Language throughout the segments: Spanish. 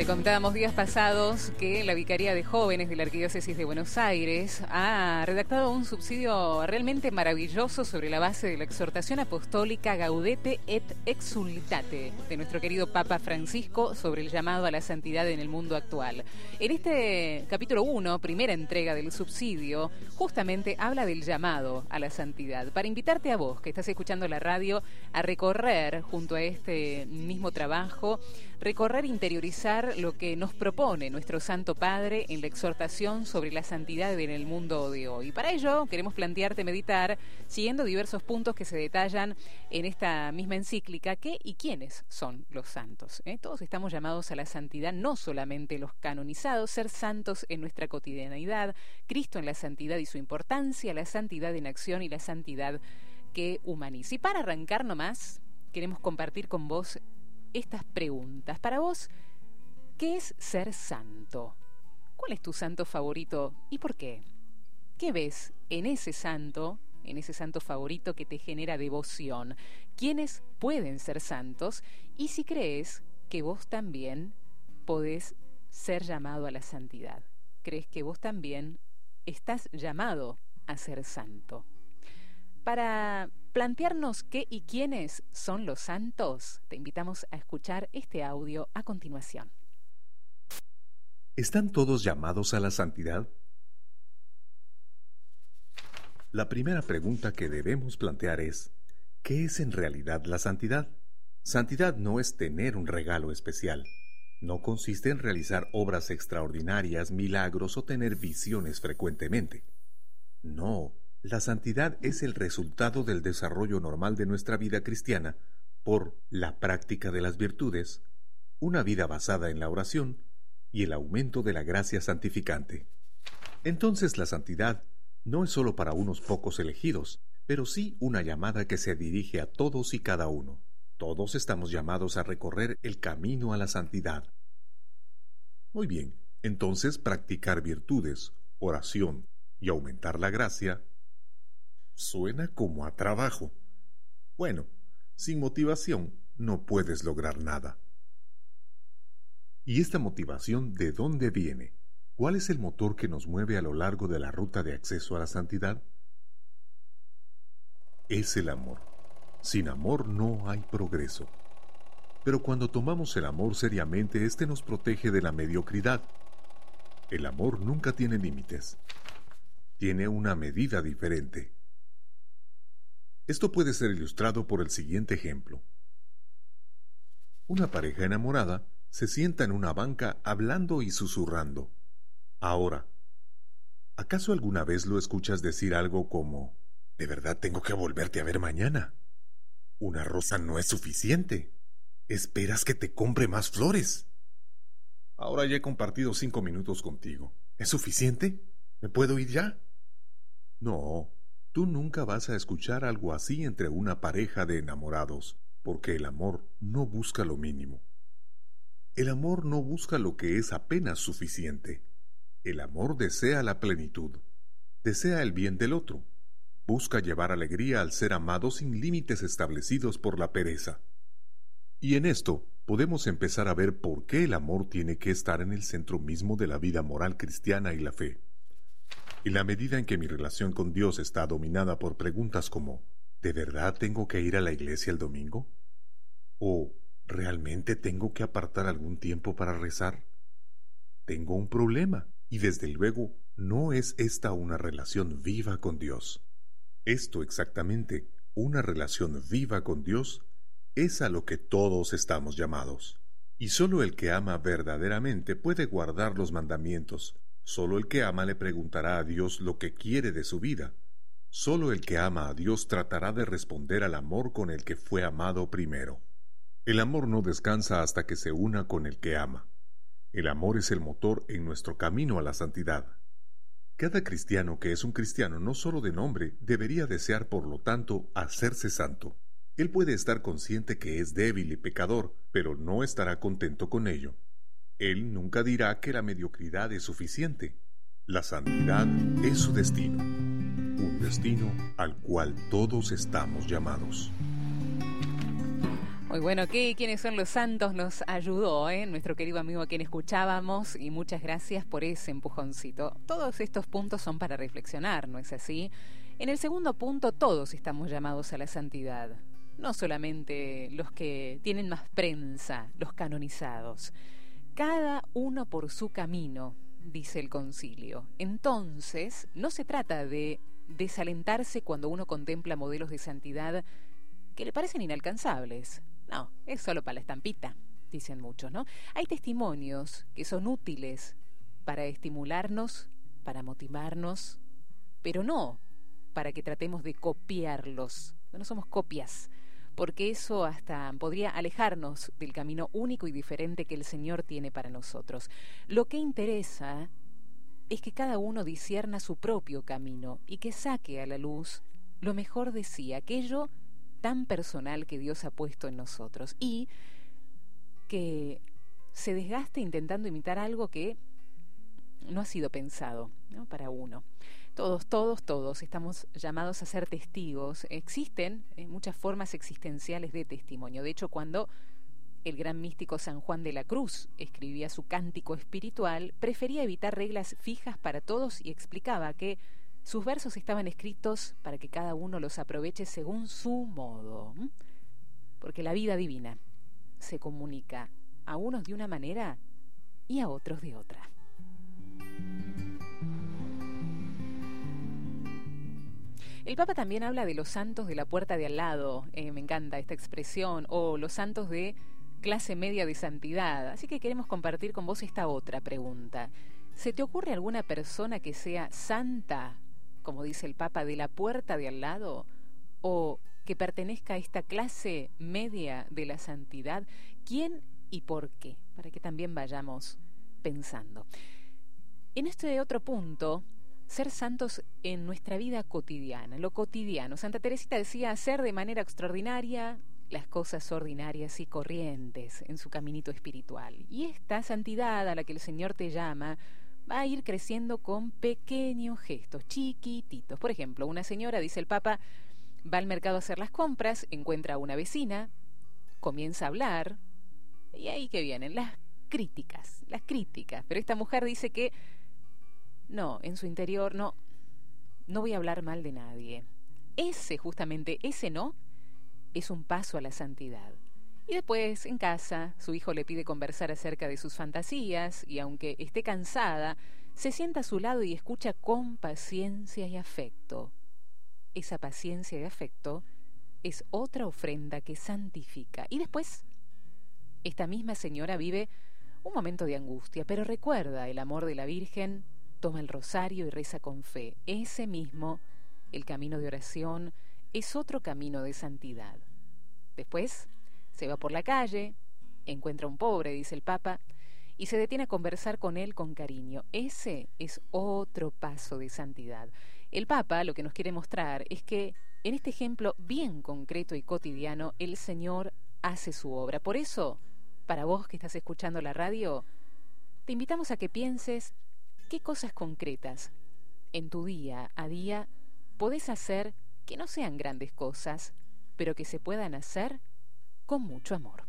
Contábamos días pasados que la Vicaría de Jóvenes de la Arquidiócesis de Buenos Aires ha redactado un subsidio realmente maravilloso sobre la base de la exhortación apostólica Gaudete et Exsultate de nuestro querido Papa Francisco sobre el llamado a la santidad en el mundo actual. En este capítulo 1, primera entrega del subsidio, justamente habla del llamado a la santidad, para invitarte a vos, que estás escuchando la radio, a recorrer junto a este mismo trabajo, recorrer e interiorizar lo que nos propone nuestro Santo Padre en la exhortación sobre la santidad en el mundo de hoy. Para ello queremos plantearte meditar siguiendo diversos puntos que se detallan en esta misma encíclica, qué y quiénes son los santos. Todos estamos llamados a la santidad, no solamente los canonizados, ser santos en nuestra cotidianidad, Cristo en la santidad y su importancia, la santidad en acción y la santidad que humaniza. Y para arrancar nomás, queremos compartir con vos estas preguntas. Para vos, ¿qué es ser santo? ¿Cuál es tu santo favorito y por qué? ¿Qué ves en ese santo favorito que te genera devoción? ¿Quiénes pueden ser santos? Y si crees que vos también podés ser llamado a la santidad. ¿Crees que vos también estás llamado a ser santo? Para plantearnos qué y quiénes son los santos, te invitamos a escuchar este audio a continuación. ¿Están todos llamados a la santidad? La primera pregunta que debemos plantear es, ¿qué es en realidad la santidad? Santidad no es tener un regalo especial. No consiste en realizar obras extraordinarias, milagros o tener visiones frecuentemente. No. La santidad es el resultado del desarrollo normal de nuestra vida cristiana por la práctica de las virtudes, una vida basada en la oración y el aumento de la gracia santificante. Entonces la santidad no es solo para unos pocos elegidos, pero sí una llamada que se dirige a todos y cada uno. Todos estamos llamados a recorrer el camino a la santidad. Muy bien, entonces practicar virtudes, oración y aumentar la gracia suena como a trabajo. Bueno, sin motivación no puedes lograr nada. ¿Y esta motivación de dónde viene? ¿Cuál es el motor que nos mueve a lo largo de la ruta de acceso a la santidad? Es el amor. Sin amor no hay progreso. Pero cuando tomamos el amor seriamente, este nos protege de la mediocridad. El amor nunca tiene límites. Tiene una medida diferente. Esto puede ser ilustrado por el siguiente ejemplo. Una pareja enamorada se sienta en una banca hablando y susurrando. Ahora, ¿acaso alguna vez lo escuchas decir algo como, «¿De verdad tengo que volverte a ver mañana? Una rosa no es suficiente. ¿Esperas que te compre más flores? Ahora ya he compartido 5 minutos contigo. ¿Es suficiente? ¿Me puedo ir ya?» No. Tú nunca vas a escuchar algo así entre una pareja de enamorados, porque el amor no busca lo mínimo. El amor no busca lo que es apenas suficiente. El amor desea la plenitud, desea el bien del otro, busca llevar alegría al ser amado sin límites establecidos por la pereza. Y en esto podemos empezar a ver por qué el amor tiene que estar en el centro mismo de la vida moral cristiana y la fe. En la medida en que mi relación con Dios está dominada por preguntas como ¿de verdad tengo que ir a la iglesia el domingo? ¿O realmente tengo que apartar algún tiempo para rezar? Tengo un problema y desde luego no es esta una relación viva con Dios. Esto exactamente, una relación viva con Dios, es a lo que todos estamos llamados. Y solo el que ama verdaderamente puede guardar los mandamientos. Solo el que ama le preguntará a Dios lo que quiere de su vida. Solo el que ama a Dios tratará de responder al amor con el que fue amado primero. El amor no descansa hasta que se una con el que ama. El amor es el motor en nuestro camino a la santidad. Cada cristiano que es un cristiano no solo de nombre debería desear, por lo tanto, hacerse santo. Él puede estar consciente que es débil y pecador, pero no estará contento con ello. Él nunca dirá que la mediocridad es suficiente. La santidad es su destino, un destino al cual todos estamos llamados. Muy bueno, ¿quiénes son los santos? Nos ayudó, nuestro querido amigo a quien escuchábamos, y muchas gracias por ese empujoncito. Todos estos puntos son para reflexionar, ¿no es así? En el segundo punto, todos estamos llamados a la santidad, no solamente los que tienen más prensa, los canonizados. Cada uno por su camino, dice el concilio. Entonces, no se trata de desalentarse cuando uno contempla modelos de santidad que le parecen inalcanzables. No, es solo para la estampita, dicen muchos, ¿no? Hay testimonios que son útiles para estimularnos, para motivarnos, pero no para que tratemos de copiarlos. No somos copias, porque eso hasta podría alejarnos del camino único y diferente que el Señor tiene para nosotros. Lo que interesa es que cada uno discierna su propio camino y que saque a la luz lo mejor de sí, aquello tan personal que Dios ha puesto en nosotros, y que se desgaste intentando imitar algo que no ha sido pensado, ¿no?, para uno. Todos estamos llamados a ser testigos. Existen muchas formas existenciales de testimonio. De hecho, cuando el gran místico San Juan de la Cruz escribía su cántico espiritual, prefería evitar reglas fijas para todos y explicaba que sus versos estaban escritos para que cada uno los aproveche según su modo. Porque la vida divina se comunica a unos de una manera y a otros de otra. El Papa también habla de los santos de la puerta de al lado, me encanta esta expresión, o los santos de clase media de santidad. Así que queremos compartir con vos esta otra pregunta. ¿Se te ocurre alguna persona que sea santa, como dice el Papa, de la puerta de al lado, o que pertenezca a esta clase media de la santidad? ¿Quién y por qué? Para que también vayamos pensando. En este otro punto, ser santos en nuestra vida cotidiana, lo cotidiano. Santa Teresita decía hacer de manera extraordinaria las cosas ordinarias y corrientes en su caminito espiritual. Y esta santidad a la que el Señor te llama va a ir creciendo con pequeños gestos, chiquititos. Por ejemplo, una señora, dice el Papa, va al mercado a hacer las compras, encuentra a una vecina, comienza a hablar, y ahí que vienen las críticas. Pero esta mujer dice que no, en su interior no voy a hablar mal de nadie. Justamente ese no, es un paso a la santidad. Y después, en casa, su hijo le pide conversar acerca de sus fantasías, y aunque esté cansada, se sienta a su lado y escucha con paciencia y afecto. Esa paciencia y afecto es otra ofrenda que santifica. Y después, esta misma señora vive un momento de angustia, pero recuerda el amor de la Virgen, toma el rosario y reza con fe. Ese mismo, el camino de oración, es otro camino de santidad. Después se va por la calle, encuentra a un pobre, dice el Papa, y se detiene a conversar con él con cariño. Ese es otro paso de santidad. El Papa lo que nos quiere mostrar es que en este ejemplo bien concreto y cotidiano, el Señor hace su obra. Por eso, para vos que estás escuchando la radio, te invitamos a que pienses qué cosas concretas en tu día a día podés hacer que no sean grandes cosas, pero que se puedan hacer con mucho amor.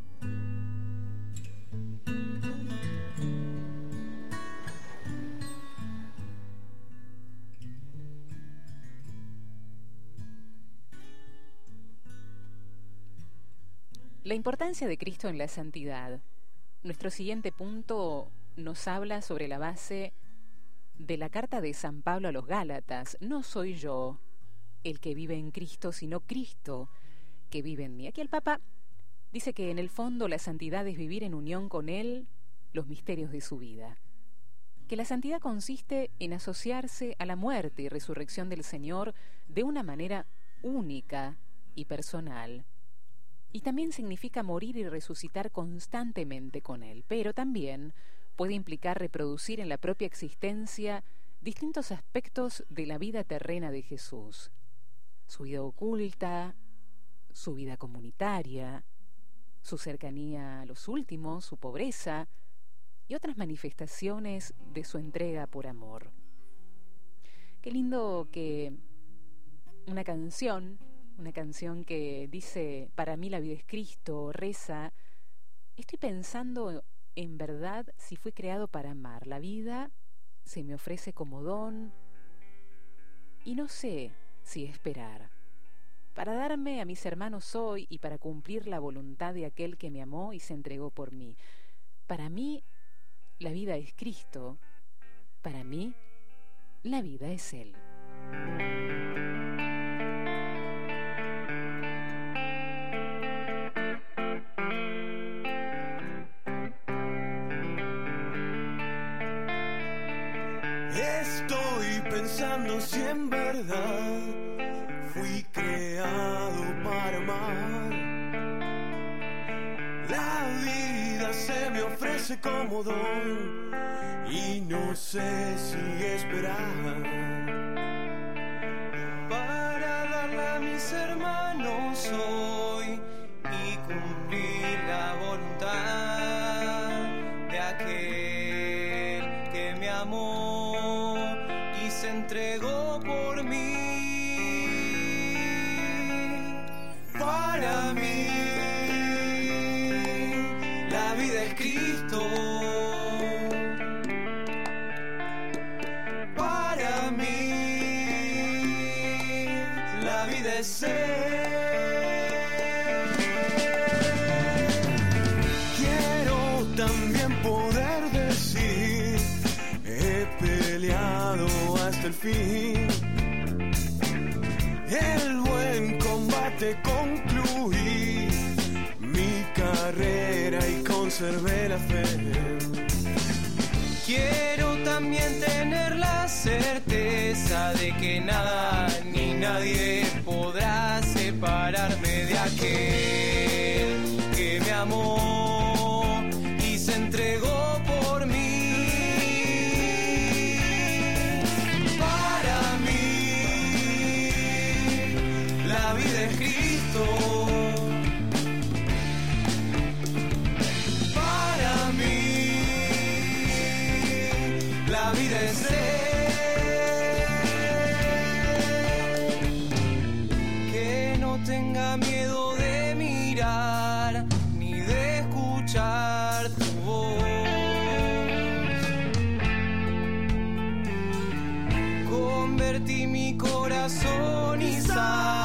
La importancia de Cristo en la santidad. Nuestro siguiente punto nos habla sobre la base de la carta de San Pablo a los Gálatas. No soy yo el que vive en Cristo, sino Cristo que vive en mí. Aquí el Papa dice que en el fondo la santidad es vivir en unión con Él los misterios de su vida. Que la santidad consiste en asociarse a la muerte y resurrección del Señor de una manera única y personal. Y también significa morir y resucitar constantemente con Él, pero también puede implicar reproducir en la propia existencia distintos aspectos de la vida terrena de Jesús. Su vida oculta, su vida comunitaria, su cercanía a los últimos, su pobreza y otras manifestaciones de su entrega por amor. Qué lindo que una canción una canción que dice, para mí la vida es Cristo, reza, estoy pensando en verdad si fui creado para amar. La vida se me ofrece como don y no sé si esperar. Para darme a mis hermanos hoy y para cumplir la voluntad de aquel que me amó y se entregó por mí. Para mí la vida es Cristo, para mí la vida es Él. Estoy pensando si en verdad fui creado para amar. La vida se me ofrece como don y no sé si esperar. Para darle a mis hermanos hoy y cumplir la voluntad de aquel que me amó y se entregó por mí. Para mí la vida es Cristo. Para mí la vida es Él. Quiero también poder decir, he peleado hasta el fin. El buen combate concluí, mi carrera y conservé la fe. Quiero también tener la certeza de que nada ni nadie podrá separarme de aquel que me amó y se entregó por mí. Para mí la vida es Cristo. Para mí la vida es Él. Que no tenga miedo de mirar ni de escuchar tu voz. Convertí mi corazón y sal